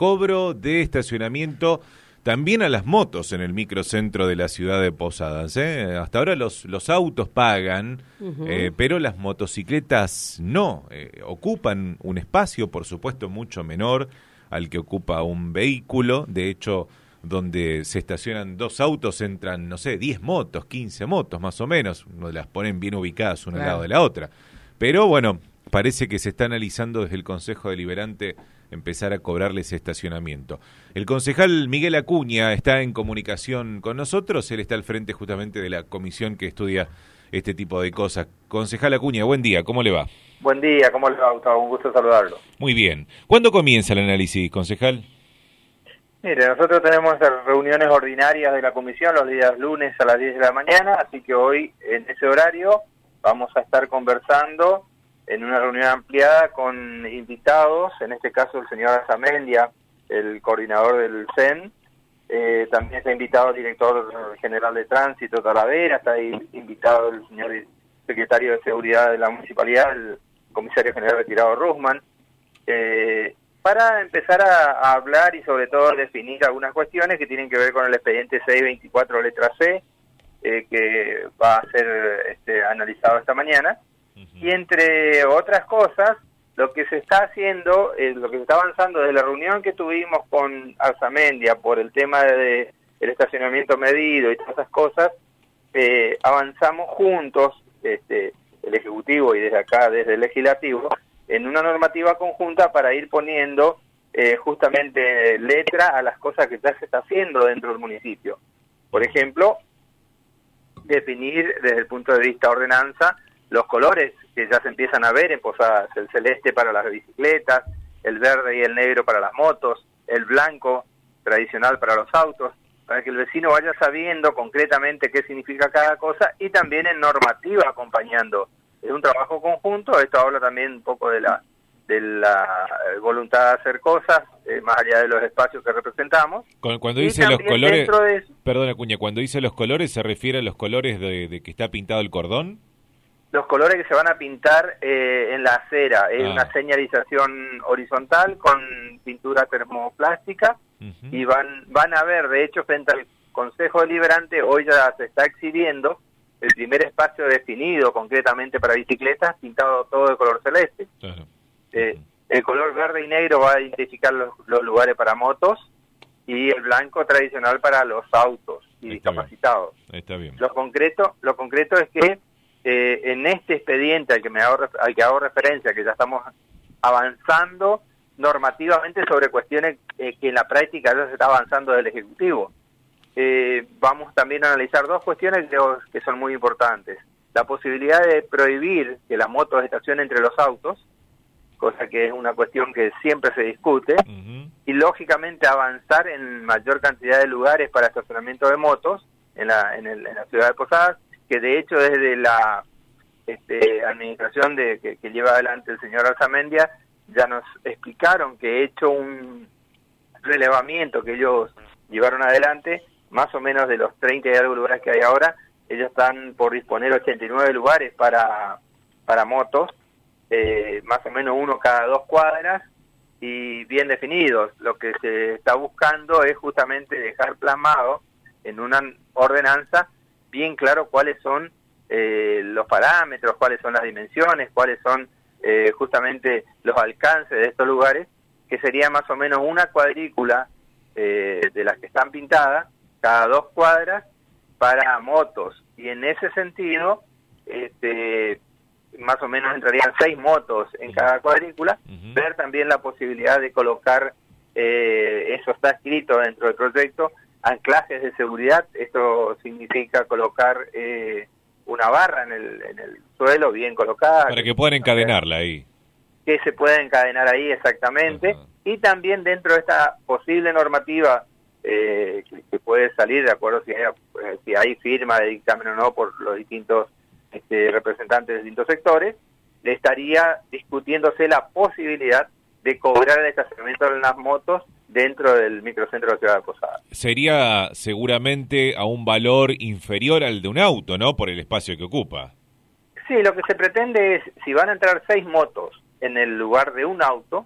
cobro de estacionamiento también a las motos en el microcentro de la ciudad de Posadas, ¿eh? Hasta ahora los autos pagan, pero las motocicletas no. Ocupan un espacio, por supuesto, mucho menor al que ocupa un vehículo. De hecho, donde se estacionan 2 autos entran, no sé, 10 motos, 15 motos más o menos. Las ponen bien ubicadas una al lado de la otra. Pero bueno, parece que se está analizando desde el Consejo Deliberante empezar a cobrarles estacionamiento. El concejal Miguel Acuña está en comunicación con nosotros. Él está al frente justamente de la comisión que estudia este tipo de cosas. Concejal Acuña, buen día, ¿cómo le va? Buen día, ¿cómo le va, Gustavo? Un gusto saludarlo. Muy bien. ¿Cuándo comienza el análisis, concejal? Mire, nosotros tenemos reuniones ordinarias de la comisión los días lunes a las 10 de la mañana, así que hoy en ese horario vamos a estar conversando en una reunión ampliada con invitados, en este caso el señor Arzamendia, el coordinador del CEN, también está invitado el director general de Tránsito, Talavera, está invitado el señor secretario de Seguridad de la Municipalidad, el comisario general retirado Rusman, para empezar a hablar y sobre todo definir algunas cuestiones que tienen que ver con el expediente 624 letra C, que va a ser analizado esta mañana. Y entre otras cosas, lo que se está haciendo, lo que se está avanzando desde la reunión que tuvimos con Arzamendia por el tema de el estacionamiento medido y todas esas cosas, avanzamos juntos, el Ejecutivo y desde acá, desde el Legislativo, en una normativa conjunta para ir poniendo justamente letra a las cosas que ya se está haciendo dentro del municipio. Por ejemplo, definir desde el punto de vista ordenanza los colores que ya se empiezan a ver en Posadas, el celeste para las bicicletas, el verde y el negro para las motos, el blanco tradicional para los autos, para que el vecino vaya sabiendo concretamente qué significa cada cosa y también en normativa acompañando. Es un trabajo conjunto, esto habla también un poco de la voluntad de hacer cosas, más allá de los espacios que representamos. Cuando dice los colores, perdón Acuña, cuando dice los colores, ¿se refiere a los colores de que está pintado el cordón? Los colores que se van a pintar en la acera, es una señalización horizontal con pintura termoplástica y van a ver, de hecho, frente al Consejo Deliberante, hoy ya se está exhibiendo el primer espacio definido concretamente para bicicletas, pintado todo de color celeste. Claro. El color verde y negro va a identificar los lugares para motos y el blanco tradicional para los autos y discapacitados. Está bien. Lo concreto es que en este expediente al que hago referencia, que ya estamos avanzando normativamente sobre cuestiones que en la práctica ya se está avanzando del Ejecutivo. Vamos también a analizar 2 cuestiones que son muy importantes. La posibilidad de prohibir que las motos estacionen entre los autos, cosa que es una cuestión que siempre se discute, y lógicamente avanzar en mayor cantidad de lugares para estacionamiento de motos en la ciudad de Posadas, que de hecho desde la administración que lleva adelante el señor Arzamendia ya nos explicaron que hecho un relevamiento que ellos llevaron adelante, más o menos de los 30 y algo lugares que hay ahora, ellos están por disponer 89 lugares para motos, más o menos uno cada 2 cuadras y bien definidos. Lo que se está buscando es justamente dejar plasmado en una ordenanza bien claro cuáles son los parámetros, cuáles son las dimensiones, cuáles son justamente los alcances de estos lugares, que sería más o menos una cuadrícula de las que están pintadas, cada 2 cuadras para motos. Y en ese sentido, más o menos entrarían 6 motos en cada cuadrícula, ver también la posibilidad de colocar, eso está escrito dentro del proyecto, anclajes de seguridad. Esto significa colocar una barra en el suelo bien colocada. Para que puedan encadenarla ahí. Que se pueda encadenar ahí exactamente. Y también dentro de esta posible normativa que puede salir, de acuerdo si hay firma de dictamen o no por los distintos representantes de distintos sectores, le estaría discutiéndose la posibilidad de cobrar el estacionamiento de las motos dentro del microcentro de la ciudad de Posadas. Sería seguramente a un valor inferior al de un auto, ¿no? Por el espacio que ocupa. Sí, lo que se pretende es, si van a entrar 6 motos en el lugar de un auto,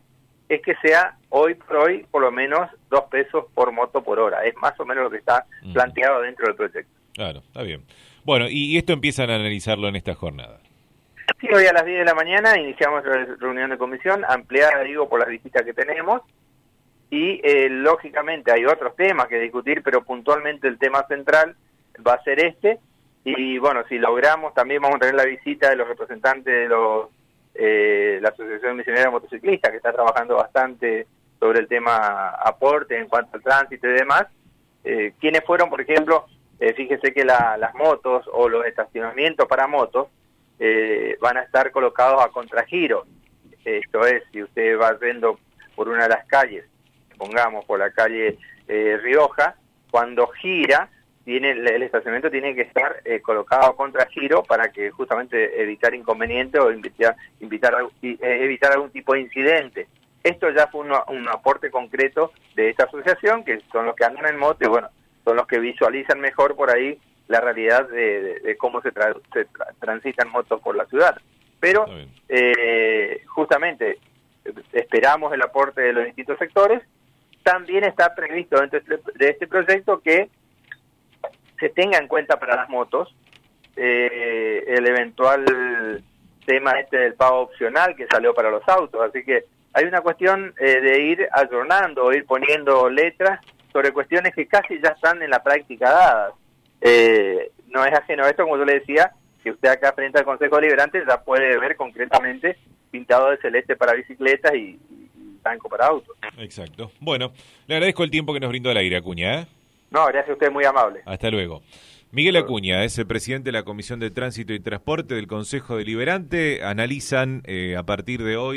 es que sea hoy por hoy por lo menos 2 pesos por moto por hora. Es más o menos lo que está planteado dentro del proyecto. Claro, está bien. Bueno, y esto empiezan a analizarlo en esta jornada. Sí, hoy a las 10 de la mañana iniciamos la reunión de comisión, ampliada, digo, por las visitas que tenemos, y lógicamente hay otros temas que discutir, pero puntualmente el tema central va a ser este, y bueno, si logramos, también vamos a tener la visita de los representantes de la Asociación Misionera de Motociclistas, que está trabajando bastante sobre el tema aporte en cuanto al tránsito y demás. ¿Quiénes fueron, por ejemplo? Fíjese que las motos o los estacionamientos para motos van a estar colocados a contragiro. Esto es, si usted va yendo por una de las calles, pongamos por la calle Rioja, cuando gira, el estacionamiento tiene que estar colocado a contragiro para que justamente evitar inconvenientes o evitar algún tipo de incidente. Esto ya fue un aporte concreto de esta asociación, que son los que andan en moto y bueno, son los que visualizan mejor por ahí la realidad de cómo se transitan motos por la ciudad. Pero justamente esperamos el aporte de los distintos sectores. También está previsto dentro de este proyecto que se tenga en cuenta para las motos el eventual tema del pago opcional que salió para los autos. Así que hay una cuestión de ir ayornando, ir poniendo letras sobre cuestiones que casi ya están en la práctica dadas. No es ajeno a esto, como yo le decía, que usted acá frente al Consejo Deliberante ya puede ver concretamente pintado de celeste para bicicletas y blanco para autos. Exacto. Bueno, le agradezco el tiempo que nos brindó al aire, Acuña. No, gracias a usted, muy amable. Hasta luego. Miguel Acuña es el presidente de la Comisión de Tránsito y Transporte del Consejo Deliberante. Analizan a partir de hoy